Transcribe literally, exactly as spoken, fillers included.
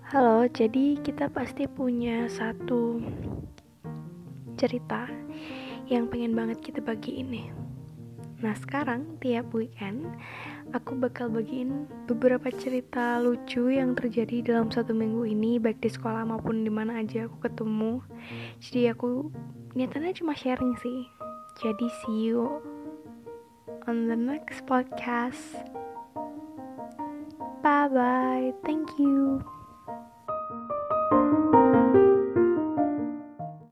Halo, jadi kita pasti punya satu cerita yang pengen banget kita bagiin nih. Nah sekarang tiap weekend aku bakal bagiin beberapa cerita lucu yang terjadi dalam satu minggu ini, baik di sekolah maupun dimana aja aku ketemu. Jadi aku niatannya cuma sharing sih. Jadi see you on the next podcast. Bye bye, thank you.